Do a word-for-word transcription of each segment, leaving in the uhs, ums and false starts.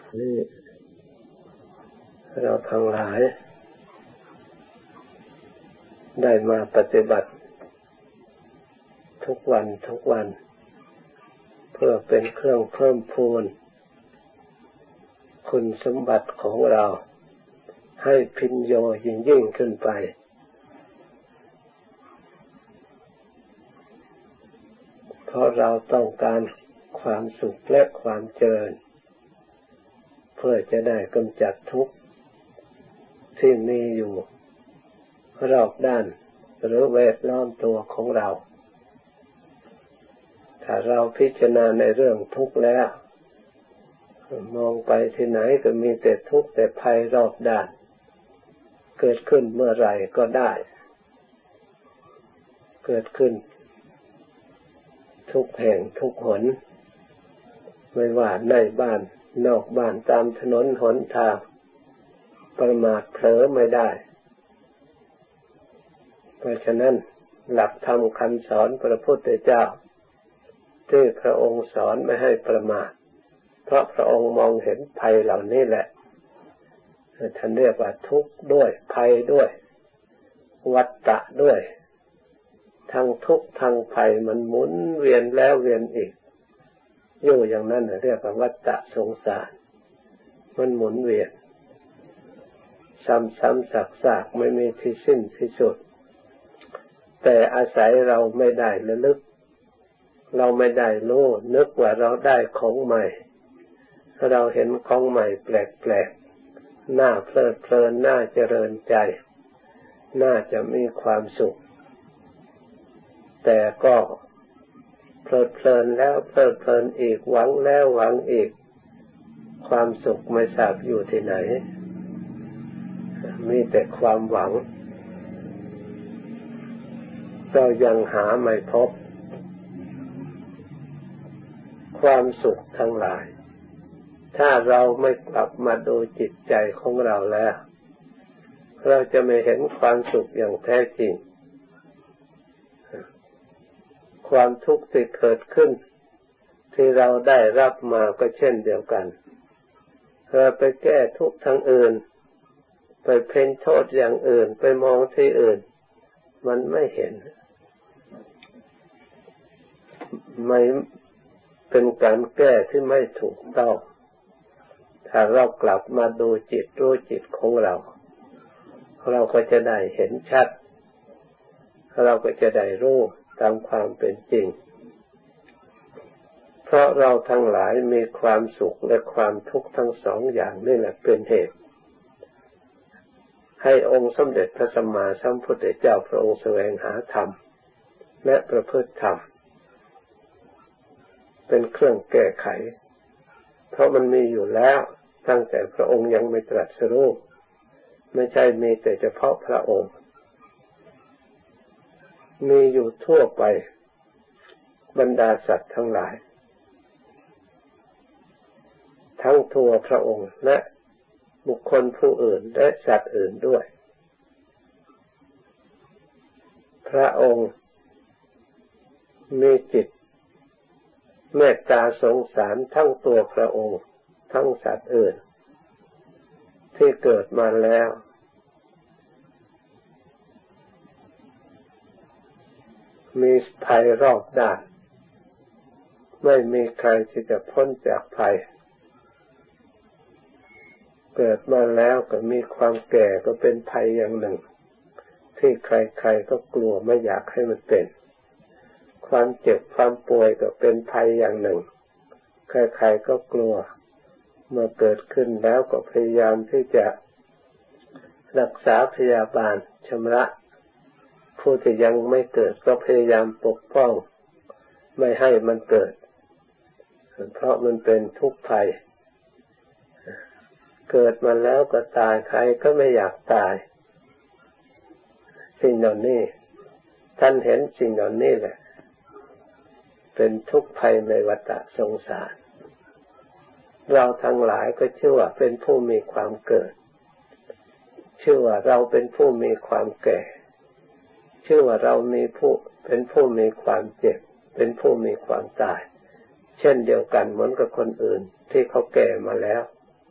นี่เราทั้งหลายได้มาปฏิบัติทุกวันทุกวันเพื่อเป็นเครื่องเพิ่มพูนคุณสมบัติของเราให้พินโยยิ่งยิ่งขึ้นไปเพราะเราต้องการความสุขและความเจริญเพื่อจะได้กำจัดทุกข์ที่มีอยู่รอบด้านหรือแวดล้อมตัวของเราถ้าเราพิจารณาในเรื่องทุกข์แล้วมองไปที่ไหนก็มีแต่ทุกข์แต่ภัยรอบด้านเกิดขึ้นเมื่อไหร่ก็ได้เกิดขึ้นทุกแห่งทุกหนไม่ว่าในบ้านนอกบ้านตามถนนหนทางประมาทเผลอไม่ได้เพราะฉะนั้นหลักธรรมคำสอนพระพุทธเจ้าที่พระองค์สอนไม่ให้ประมาทเพราะพระองค์มองเห็นภัยเหล่านี้แหละท่านเรียกว่าทุกข์ด้วยภัยด้วยวัฏฏะด้วยทั้งทุกข์ทั้งภัยมันหมุนเวียนแล้วเวียนอีกอยู่อย่างนั้นเรียกว่าวัฏฏะสงสารมันหมุนเวียนซ้ำๆซากๆไม่มีที่สิ้นที่สุดแต่อาศัยเราไม่ได้ระลึกเราไม่ได้รู้นึกว่าเราได้ของใหม่เราเห็นของใหม่แปลกๆน่าเพลิดเพลินน่าเจริญใจน่าจะมีความสุขแต่ก็เพลิดเพลินแล้วเพลิดเพลินอีกหวังแล้วหวังอีกความสุขไม่ทราบอยู่ที่ไหนมีแต่ความหวังเรายังหาไม่พบความสุขทั้งหลายถ้าเราไม่กลับมาดูจิตใจของเราแล้วเราจะไม่เห็นความสุขอย่างแท้จริงความทุกข์ที่เกิดขึ้นที่เราได้รับมาก็เช่นเดียวกันเราไปแก้ทุกข์ทางอื่นไปเพ่งโทษอย่างอื่นไปมองที่อื่นมันไม่เห็นไม่เป็นการแก้ที่ไม่ถูกต้องถ้าเรากลับมาดูจิตรู้จิตของเราเราก็จะได้เห็นชัดเราก็จะได้รู้ตามความเป็นจริงเพราะเราทั้งหลายมีความสุขและความทุกข์ทั้งสองอย่างนี่แหละเป็นเหตุให้องค์สมเด็จพระสัมมาสัมพุทธเจ้าพระองค์แสวงหาธรรมและประพฤติธรรมเป็นเครื่องแก้ไขเพราะมันมีอยู่แล้วตั้งแต่พระองค์ยังไม่ตรัสรู้ไม่ใช่มีแต่เฉพาะพระองค์มีอยู่ทั่วไปบรรดาสัตว์ทั้งหลายทั้งทั่วพระองค์และบุคคลผู้อื่นและสัตว์อื่นด้วยพระองค์มีจิตเมตตาสงสารทั้งตัวพระองค์ทั้งสัตว์อื่นที่เกิดมาแล้วมีภัยรอบด้านไม่มีใครที่จะพ้นจากภัยเกิดมาแล้วก็มีความแก่ก็เป็นภัยอย่างหนึ่งที่ใครๆก็กลัวไม่อยากให้มันเป็นความเจ็บความป่วยก็เป็นภัยอย่างหนึ่งใครๆก็กลัวเมื่อเกิดขึ้นแล้วก็พยายามที่จะรักษาพยาบาลชำระผู้ที่ยังไม่เกิดก็พยายามปกป้องไม่ให้มันเกิดเพราะมันเป็นทุกข์ภัยเกิดมาแล้วก็ตายใครก็ไม่อยากตายสิ่งเหล่านี้ท่านเห็นสิ่งเหล่านี้แหละเป็นทุกข์ภัยในวัฏสงสารเราทั้งหลายก็ชื่อว่าเป็นผู้มีความเกิดชื่อว่าเราเป็นผู้มีความแก่ชื่อว่าเรามีผู้เป็นผู้มีความเจ็บเป็นผู้มีความตายเช่นเดียวกันเหมือนกับคนอื่นที่เขาแก่มาแล้ว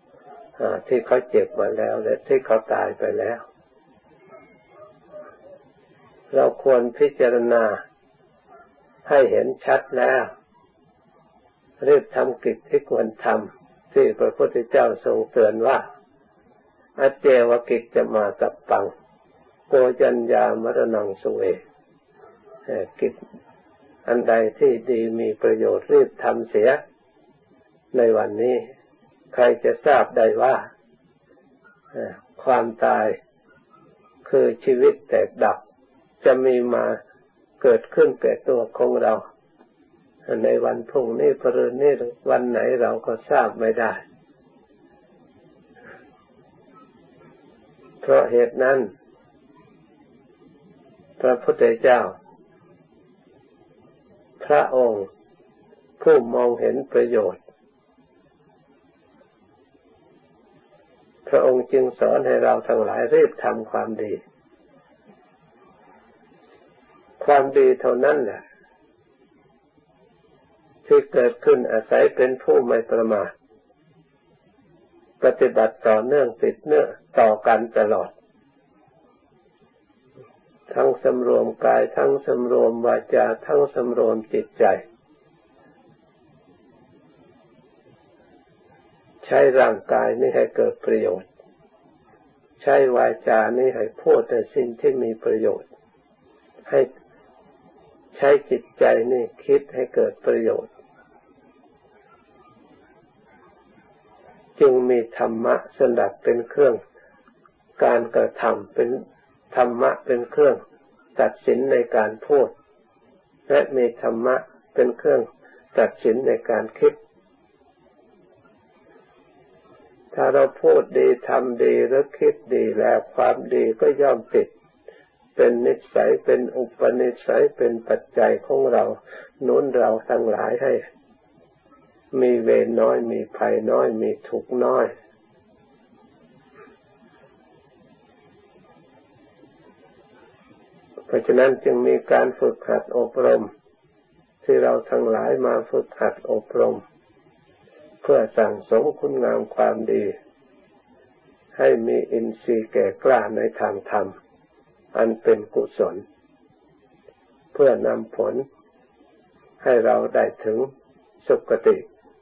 ที่เขาเจ็บมาแล้วและที่เขาตายไปแล้วเราควรพิจารณาให้เห็นชัดแล้วรีบทำกิจที่ควรทำที่พระพุทธเจ้าทรงเตือนว่าอัจเจวกิจจะมาตับปังโกจัญญามรณังสุเวกิจอันใดที่ดีมีประโยชน์รีบทำเสียในวันนี้ใครจะทราบได้ว่าความตายคือชีวิตแตกดับจะมีมาเกิดขึ้นแก่ตัวของเราในวันพรุ่งนี้พรุ่งนี้วันไหนเราก็ทราบไม่ได้เพราะเหตุนั้นพระพุทธเจ้าพระองค์ผู้มองเห็นประโยชน์พระองค์จึงสอนให้เราทั้งหลายรีบทำความดีความดีเท่านั้นแหละที่เกิดขึ้นอาศัยเป็นผู้ไม่ประมาทปฏิบัติต่อเนื่องติดเนื่องต่อกันตลอดทั้งสำรวมกายทั้งสำรวมวาจาทั้งสำรวมจิตใจใช้ร่างกายนี้ให้เกิดประโยชน์ใช้วาจานี้ให้พูดแต่สิ่งที่มีประโยชน์ให้ใช้จิตใจนี่คิดให้เกิดประโยชน์จึงมีธรรมะสนับเป็นเครื่องการกระทำเป็นธรรมะเป็นเครื่องตัดสินในการพูดและมีธรรมะเป็นเครื่องตัดสินในการคิดถ้าเราพูดดีทำดีหรือคิดดีแล้วความดีก็ย่อมติดเป็นนิสัยเป็นอุปนิสัยเป็นปัจจัยของเราหนุนเราทั้งหลายให้มีเวรน้อยมีภัยน้อยมีทุกข์น้อยเพราะฉะนั้นจึงมีการฝึกหัดอบรมที่เราทั้งหลายมาฝึกหัดอบรมเพื่อสั่งสมคุณงามความดีให้มีอินทรีย์แก่กล้าในทางธรรมอันเป็นกุศลเพื่อนำผลให้เราได้ถึงสุคติ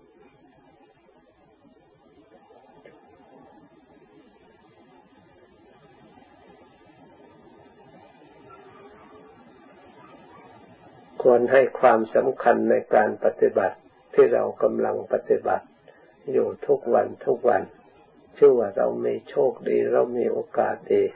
ควรให้ความสำคัญในการปฏิบัติที่เรากำลังปฏิบัติอยู่ทุกวันทุกวันชื่อว่าเรามีโชคดีเรามีโอกาสดี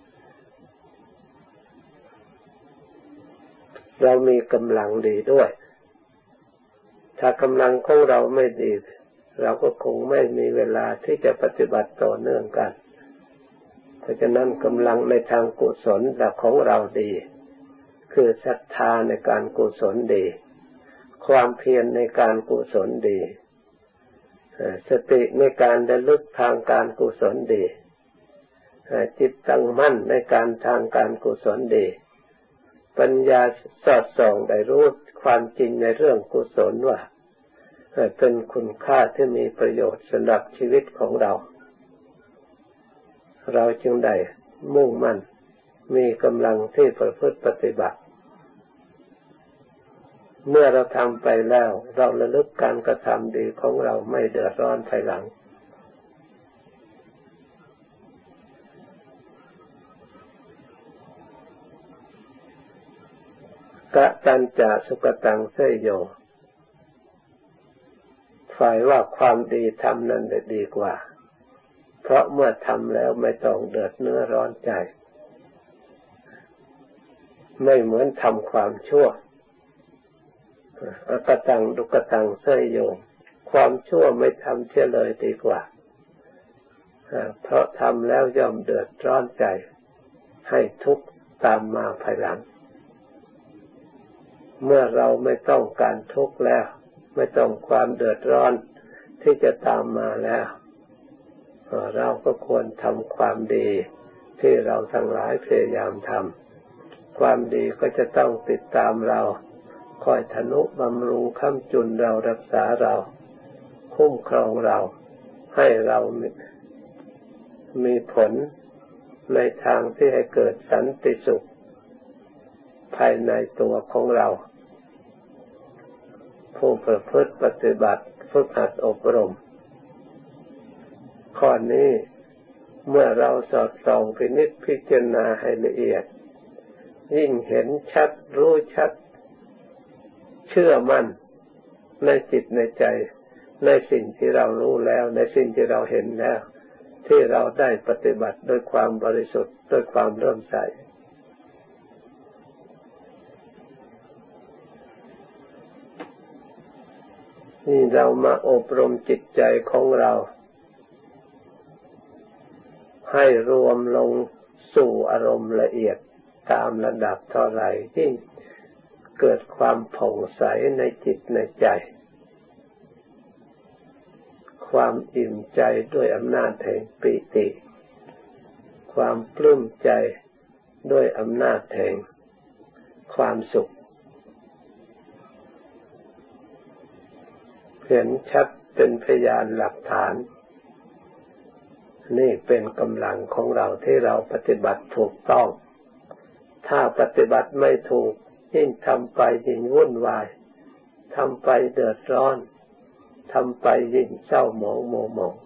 เรามีกำลังดีด้วยถ้ากำลังของเราไม่ดีเราก็คงไม่มีเวลาที่จะปฏิบัติต่อเนื่องกันเพราะฉะนั้นกำลังในทางกุศลของเราดีคือศรัทธาในการกุศลดีความเพียรในการกุศลดีสติในการระลึกทางการกุศลดีจิตตั้งมั่นในการทางการกุศลดีปัญญาสอดส่องได้รู้ความจริงในเรื่องกุศลว่าเป็นคุณค่าที่มีประโยชน์สำหรับชีวิตของเราเราจึงได้มุ่งมั่นมีกำลังที่ประพฤติปฏิบัติเมื่อเราทำไปแล้วเราระลึกการกระทำดีของเราไม่เดือดร้อนภายหลังกะตัญจสุขตังเสยโยฝ่ายว่าความดีทำนั้นได้ดีกว่าเพราะเมื่อทำแล้วไม่ต้องเดือดเนื้อร้อนใจไม่เหมือนทำความชั่วอกตังดุกตังเสยโยความชั่วไม่ทำเสียเลยดีกว่าเพราะทำแล้วย่อมเดือดร้อนใจให้ทุกข์ตามมาภายหลังเมื่อเราไม่ต้องการทุกข์แล้วไม่ต้องความเดือดร้อนที่จะตามมาแล้วเราก็ควรทำความดีที่เราทั้งหลายพยายามทำความดีก็จะต้องติดตามเราคอยทนุบำรุงค้ำจุนเรารักษาเราคุ้มครองเราให้เรามีผลในทางที่ให้เกิดสันติสุขภายในตัวของเราผู้ประพฤติปฏิบัติฝึกหัดอบรมข้อนี้เมื่อเราสอดส่องพินิจพิจารณาให้ละเอียดยิ่งเห็นชัดรู้ชัดเชื่อมั่นในจิตในใจในสิ่งที่เรารู้แล้วในสิ่งที่เราเห็นแล้วที่เราได้ปฏิบัติด้วยความบริสุทธิ์ด้วยความเริ่มใสนี่เรามาอบรมจิตใจของเราให้รวมลงสู่อารมณ์ละเอียดตามระดับเท่าไหร่ยิ่งเกิดความผ่องใสในจิตในใจความอิ่มใจด้วยอำนาจแห่งปิติความปลื้มใจด้วยอำนาจแห่งความสุขเห็นชัดเป็นพยานหลักฐานนี่เป็นกำลังของเราที่เราปฏิบัติถูกต้องถ้าปฏิบัติไม่ถูกยิ่งทำไปยิ่งวุ่นวายทำไปเดือดร้อนทำไปยิ่งเศร้าหมองโมหมอง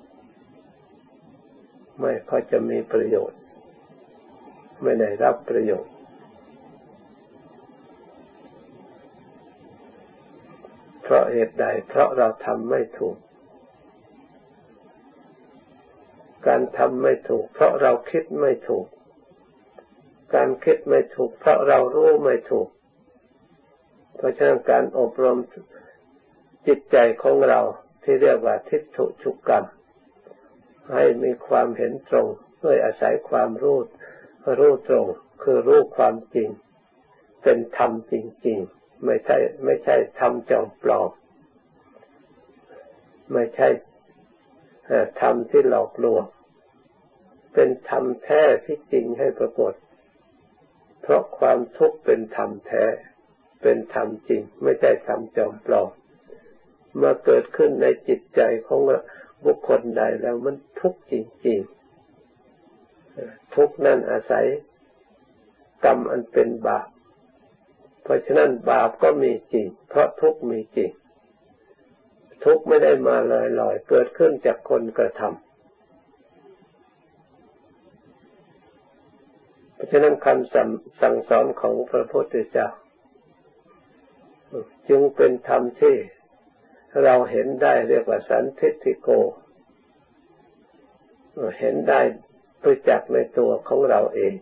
ไม่ค่อยจะมีประโยชน์ไม่ได้รับประโยชน์เพราะเหตุใดเพราะเราทำไม่ถูกการทำไม่ถูกเพราะเราคิดไม่ถูกการคิดไม่ถูกเพราะเรารู้ไม่ถูกเพราะฉะนั้นการอบรมจิตใจของเราที่เรียกว่าทิฏฐุชุกกรรมให้มีความเห็นตรงด้วยอาศัยความรู้รู้ตรงคือรู้ความจริงเป็นธรรมจริงๆไม่ใช่ไม่ใช่ธรรมจอมปลอมไม่ใช่ธรรมที่หลอกลวงเป็นธรรมแท้ที่จริงให้ปรากฏเพราะความทุกข์เป็นธรรมแท้เป็นธรรมจริงไม่ใช่ธรรมจอมปลอมเมื่อเกิดขึ้นในจิตใจของบุคคลใดแล้วมันทุกข์จริงๆทุกข์นั้นอาศัยกรรมอันเป็นบาปเพราะฉะนั้นบาปก็มีจริงเพราะทุกข์มีจริงทุกข์ไม่ได้มาลอยๆเกิดขึ้นจากคนกระทำเพราะฉะนั้นคำสั่งสอนของพระพุทธเจ้าจึงเป็นธรรมที่เราเห็นได้เรียกว่าสันทิฏฐิโกเห็นได้ประจักษ์ในตัวของเราเอง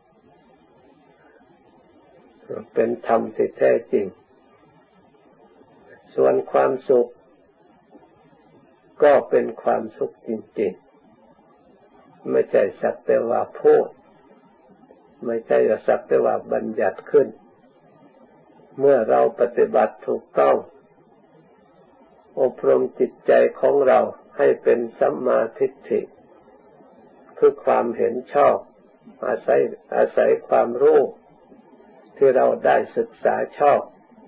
เป็นธรรมที่แท้จริงส่วนความสุขก็เป็นความสุขจริงๆไม่ใช่สักแต่ว่าพูดไม่ใช่สักแต่ว่าบัญญัติขึ้นเมื่อเราปฏิบัติถูกต้องอบรมจิตใจของเราให้เป็นสัมมาทิฏฐิคือความเห็นชอบอาศัยอาศัยความรู้ที่เราได้ศึกษาชอบ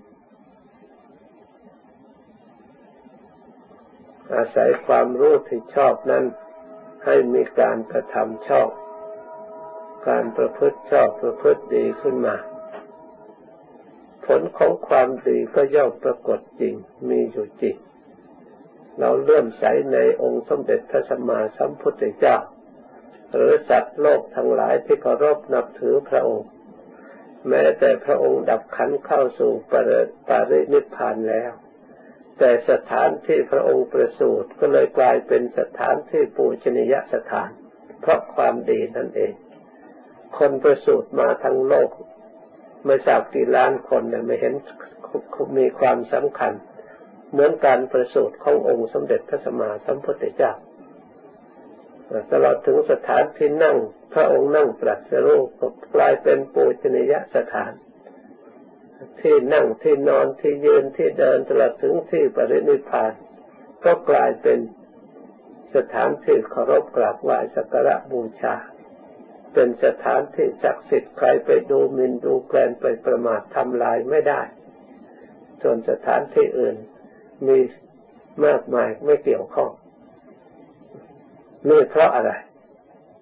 อาศัยความรู้ที่ชอบนั้นให้มีการกระทำชอบการประพฤติชอบประพฤติดีขึ้นมาผลของความดีก็ย่อมปรากฏจริงมีอยู่จริงเราเลื่อมใสในองค์สมเด็จพระสัมมาสัมพุทธเจ้าหรือสัตว์โลกทั้งหลายที่เคารพนับถือพระองค์แม้แต่พระองค์ดับขันธ์เข้าสู่ปรินิพพานแล้วแต่สถานที่พระองค์ประสูติก็เลยกลายเป็นสถานที่ปูชนียสถานเพราะความดีนั่นเองคนประสูติมาทั้งโลกไม่ทราบกี่ล้านคนเนี่ยไม่เห็นมีความสำคัญเหมือนการประสูติขององค์สมเด็จพระสัมมาสัมพุทธเจ้าตลอดถึงสถานที่นั่งพระองค์นั่งตรัสรู้ก็กลายเป็นปูชนียสถานที่นั่งที่นอนที่ยืนที่เดินตลอดถึงที่ปรินิพพานก็กลายเป็นสถานที่เคารพกราบไหว้สักการะบูชาเป็นสถานที่ศักดิ์สิทธิ์ใครไปดูหมิ่นดูแคลนไปประมาททำลายไม่ได้ส่วนสถานที่อื่นมีมากมายไม่เกี่ยวข้องนี่เพราะอะไร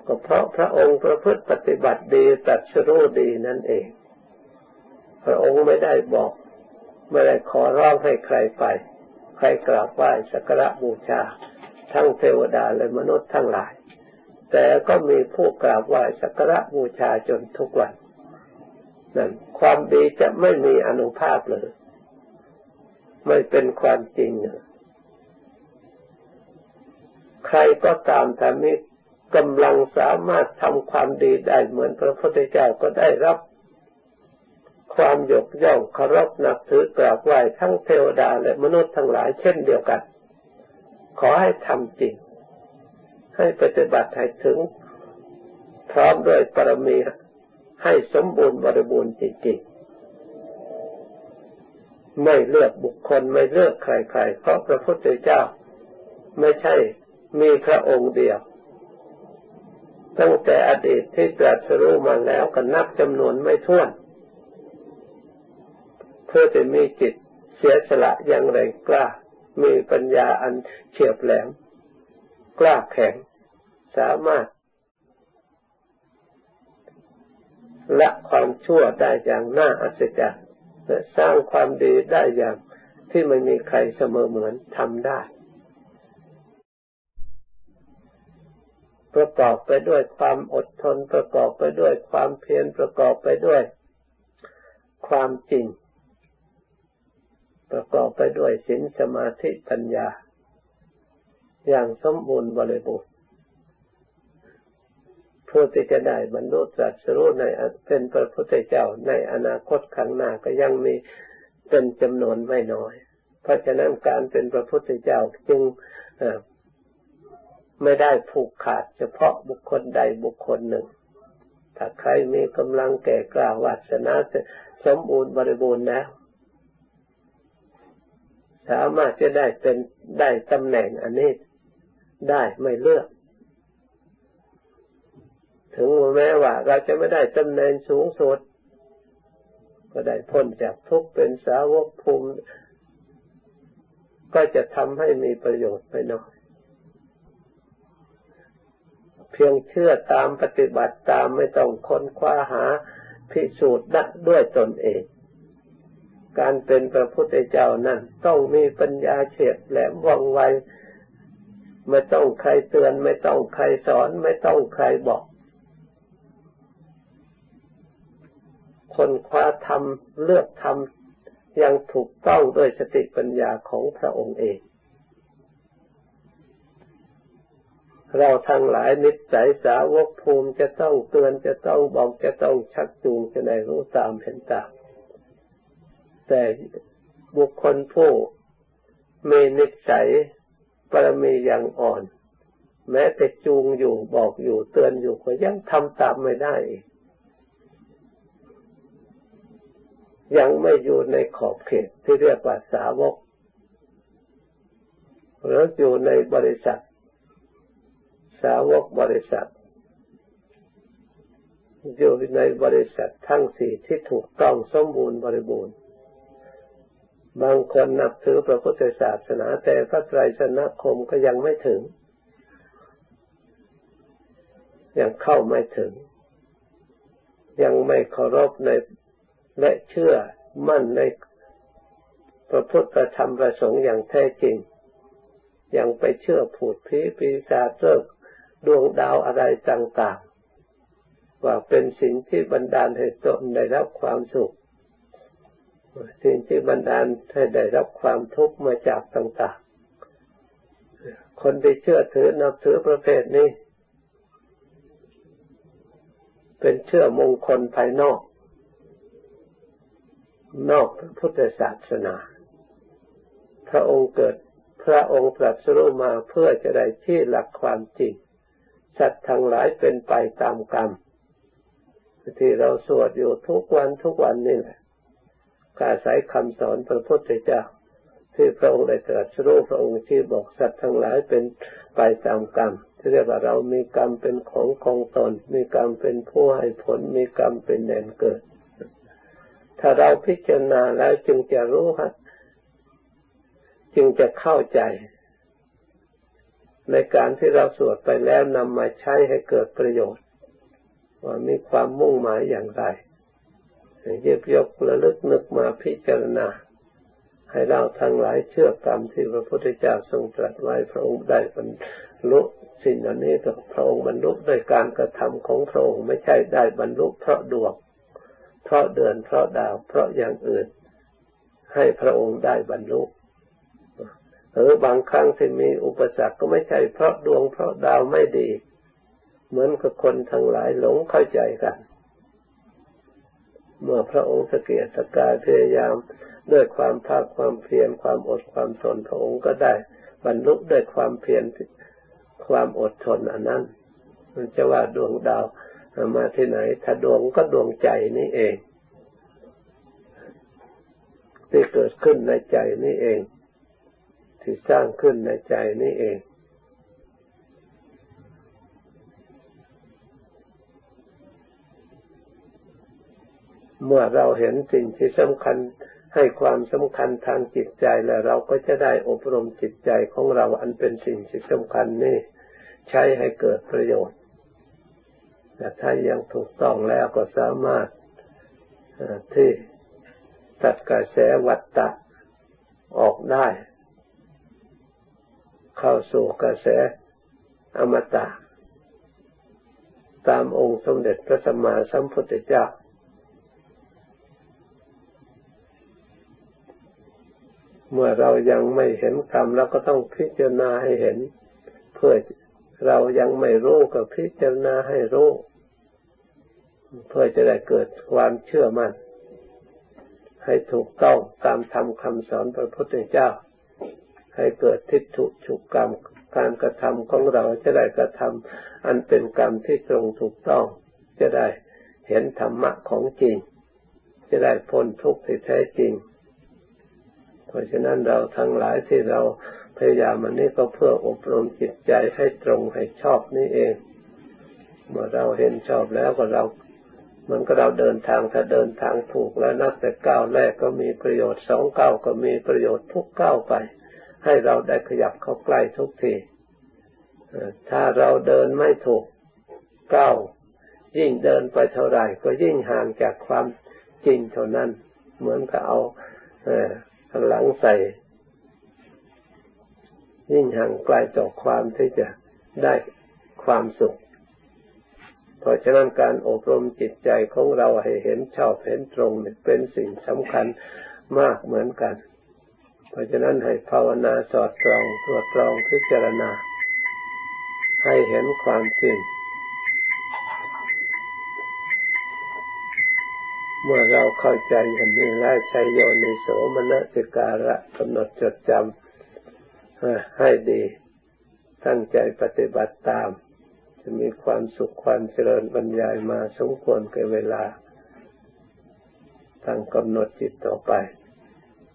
ก็เพราะพระองค์ประพฤติปฏิบัติดีตรัสรู้ดีนั่นเองพระองค์ไม่ได้บอกไม่ได้ขอร้องให้ใครไปใครกราบไหว้สักการะบูชาทั้งเทวดาและมนุษย์ทั้งหลายแต่ก็มีผู้กราบไหว้สักการะบูชาจนทุกวันนั่นความดีจะไม่มีอานุภาพเลยไม่เป็นความจริงใครก็ตามถ้ามีกำลังสามารถทำความดีได้เหมือนพระพุทธเจ้าก็ได้รับความยกย่องเคารพนับถือกราบไหว้ทั้งเทวดาและมนุษย์ทั้งหลายเช่นเดียวกันขอให้ทำจริงให้ปฏิบัติให้ถึงพร้อมด้วยปรมีให้สมบูรณ์บริบูรณ์จริงๆไม่เลือกบุคคลไม่เลือกใครๆเพราะพระพุทธเจ้าไม่ใช่มีพระองค์เดียวตั้งแต่อดีตที่ตรัสรู้มาแล้วก็นับจำนวนไม่ถ้วนเพื่อจะมีจิตเสียสละอย่างแรงกล้ามีปัญญาอันเฉียบแหลมกล้าแข็งสามารถละความชั่วได้อย่างน่าอัศจรรย์และสร้างความดีได้อย่างที่ไม่มีใครเสมอเหมือนทำได้ประกอบไปด้วยความอดทนประกอบไปด้วยความเพียรประกอบไปด้วยความจริงประกอบไปด้วยศีลสมาธิปัญญาอย่างสมบูรณ์บริบูรณ์ผู้ที่จะได้บรรลุตรัสรู้ในเป็นพระพุทธเจ้าในอนาคตข้างหน้าก็ยังมีเป็นจำนวนไม่น้อยเพราะฉะนั้นการเป็นพระพุทธเจ้าจึงไม่ได้ผูกขาดเฉพาะบุคคลใดบุคคลหนึ่งถ้าใครมีกำลังแก่กล้าวาสนาสมบูรณ์บริบูรณ์แล้วสามารถจะได้เป็นได้ตำแหน่งอันนี้ได้ไม่เลือกถึงแม้ว่าเราจะไม่ได้ตำแหน่งสูงสุดก็ได้พ้นจากทุกข์เป็นสาวกภูมิก็จะทำให้มีประโยชน์ไม่น้อยเพียงเชื่อตามปฏิบัติตามไม่ต้องค้นคว้าหาพิสูจน์ด้วยตนเองการเป็นพระพุทธเจ้านั้นต้องมีปัญญาเฉียบแหลมว่องไวไม่ต้องใครเตือนไม่ต้องใครสอนไม่ต้องใครบอกคนคว้าทำเลือกทำอย่างถูกต้องด้วยสติปัญญาของพระองค์เองเราทั้งหลายนิสัยสาวกภูมิจะต้องเตือนจะต้องบอกจะต้องชักจูงจะได้รู้ตามเห็นตามแต่บุคคลผู้มีนิสัยปรมีอย่างอ่อนแม้แต่จูงอยู่บอกอยู่เตือนอยู่ก็ยังทำตามไม่ได้ยังไม่อยู่ในขอบเขตที่เรียกว่าสาวกหรืออยู่ในบริษัทสาวกบริษัทอยู่ในบริษัททั้งสี่ที่ถูกต้องสมบูรณ์บริบูรณ์บางคนนับถือพระพุทธศาสนาแต่พระไตรสรณคมก็ยังไม่ถึงยังเข้าไม่ถึงยังไม่เคารพในและเชื่อมั่นในพระพุทธธรรมประสงค์อย่างแท้จริงยังไปเชื่อผูดผีปีศาจเลิกดวงดาวอะไรต่างๆว่าเป็นสิ่งที่บันดาลให้ตนได้รับความสุขสิ่งที่บันดาลให้ได้รับความทุกข์มาจากต่างๆคนที่เชื่อถือนับถือประเภทนี้เป็นเชื่อมงคลภายนอกนอกพระพุทธศาสนาพระองค์เกิดพระองค์ตรัสรู้มาเพื่อจะได้ชี้หลักความจริงสัตว์ทั้งหลายเป็นไปตามกรรมที่เราสวดอยู่ทุกวันทุกวันนี่แหละอาศัยคำสอนพระพุทธเจ้าที่พระองค์ได้ตรัสรู้พระองค์ชี้บอกสัตว์ทั้งหลายเป็นไปตามกรรมที่เรียกว่าเรามีกรรมเป็นของของตนมีกรรมเป็นผู้ให้ผลมีกรรมเป็นแดนเกิดถ้าเราพิจารณาแล้วจึงจะรู้ฮะจึงจะเข้าใจในการที่เราสวดไปแล้วนำมาใช้ให้เกิดประโยชน์ว่ามีความมุ่งหมายอย่างไรหยิบยกระลึกนึกมาพิจารณาให้เราทั้งหลายเชื่อกรรมที่พระพุทธเจ้าทรงตรัสไว้พระองค์ได้บรรลุสิ่งเหล่านี้ก็พระองค์บรรลุด้วยการกระทำของพระองค์ไม่ใช่ได้บรรลุเพราะดวงเพราะเดือนเพราะดาวเพราะอย่างอื่นให้พระองค์ได้บรรลุหรือบางครั้งที่มีอุปสรรคก็ไม่ใช่เพราะดวงเพราะดาวไม่ดีเหมือนกับคนทั้งหลายหลงเข้าใจกันเมื่อพระองค์สะเกียจสะกายพยายามด้วยความภาคความเพียรความอดความทนพระองค์ก็ได้บรรลุด้วยความเพียรความอดทนอันนั้นมันจะว่าดวงดาวมาที่ไหนถ้าดวงก็ดวงใจนี่เองที่เกิดขึ้นในใจนี่เองที่สร้างขึ้นในใจนี่เองเมื่อเราเห็นสิ่งที่สำคัญให้ความสำคัญทางจิตใจแล้วเราก็จะได้อบรมจิตใจของเราอันเป็นสิ่งที่สำคัญนี่ใช้ให้เกิดประโยชน์แต่ถ้ายังถูกต้องแล้วก็สามารถที่ตัดกระแสวัฏฏะออกได้เข้าสู่กระแสอมตะตามองค์สมเด็จพระสัมมาสัมพุทธเจ้าเมื่อเรายังไม่เห็นกรรมเราก็ต้องพิจารณาให้เห็นเพื่อเรายังไม่รู้ก็พิจารณาให้รู้เพื่อจะได้เกิดความเชื่อมั่นให้ถูกต้องตามธรรมคำสอนพระพุทธเจ้าให้เกิดทิฏฐุฉุกกรรมการกระทำของเราจะได้กระทำอันเป็นกรรมที่ตรงถูกต้องจะได้เห็นธรรมะของจริงจะได้พ้นทุกข์ที่แท้จริงเพราะฉะนั้นเราทั้งหลายที่เราพยายามอันนี้ก็เพื่ออบรมจิตใจให้ตรงให้ชอบนี่เองเมื่อเราเห็นชอบแล้วก็เราเหมือนกับเราเดินทางถ้าเดินทางถูกแล้วนับแต่ก้าวแรกก็มีประโยชน์สองก้าวก็มีประโยชน์ทุกก้าวไปให้เราได้ขยับเข้าใกล้ทุกทีถ้าเราเดินไม่ถูกก้าวยิ่งเดินไปเท่าไหร่ก็ยิ่งห่างจากความจริงเท่านั้นเหมือนกับเอาหลังใส่ยิ่งห่างไกลต่อความที่จะได้ความสุขเพราะฉะนั้นการอบรมจิตใจของเราให้เห็นชอบเห็นตรงเป็นสิ่งสำคัญมากเหมือนกันเพราะฉะนั้นให้ภาวนาสอดส่องตรวจตรองพิจารณาให้เห็นความจริงเมื่อเราเข้าใจอย่างนี้แล้วใช้โยนิโสมนสิการะกำหนดจดจำให้ดีตั้งใจปฏิบัติตามจะมีความสุขความเจริญบรรยายมาสมควรแก่เวลาตั้งกำหนดจิตต่อไป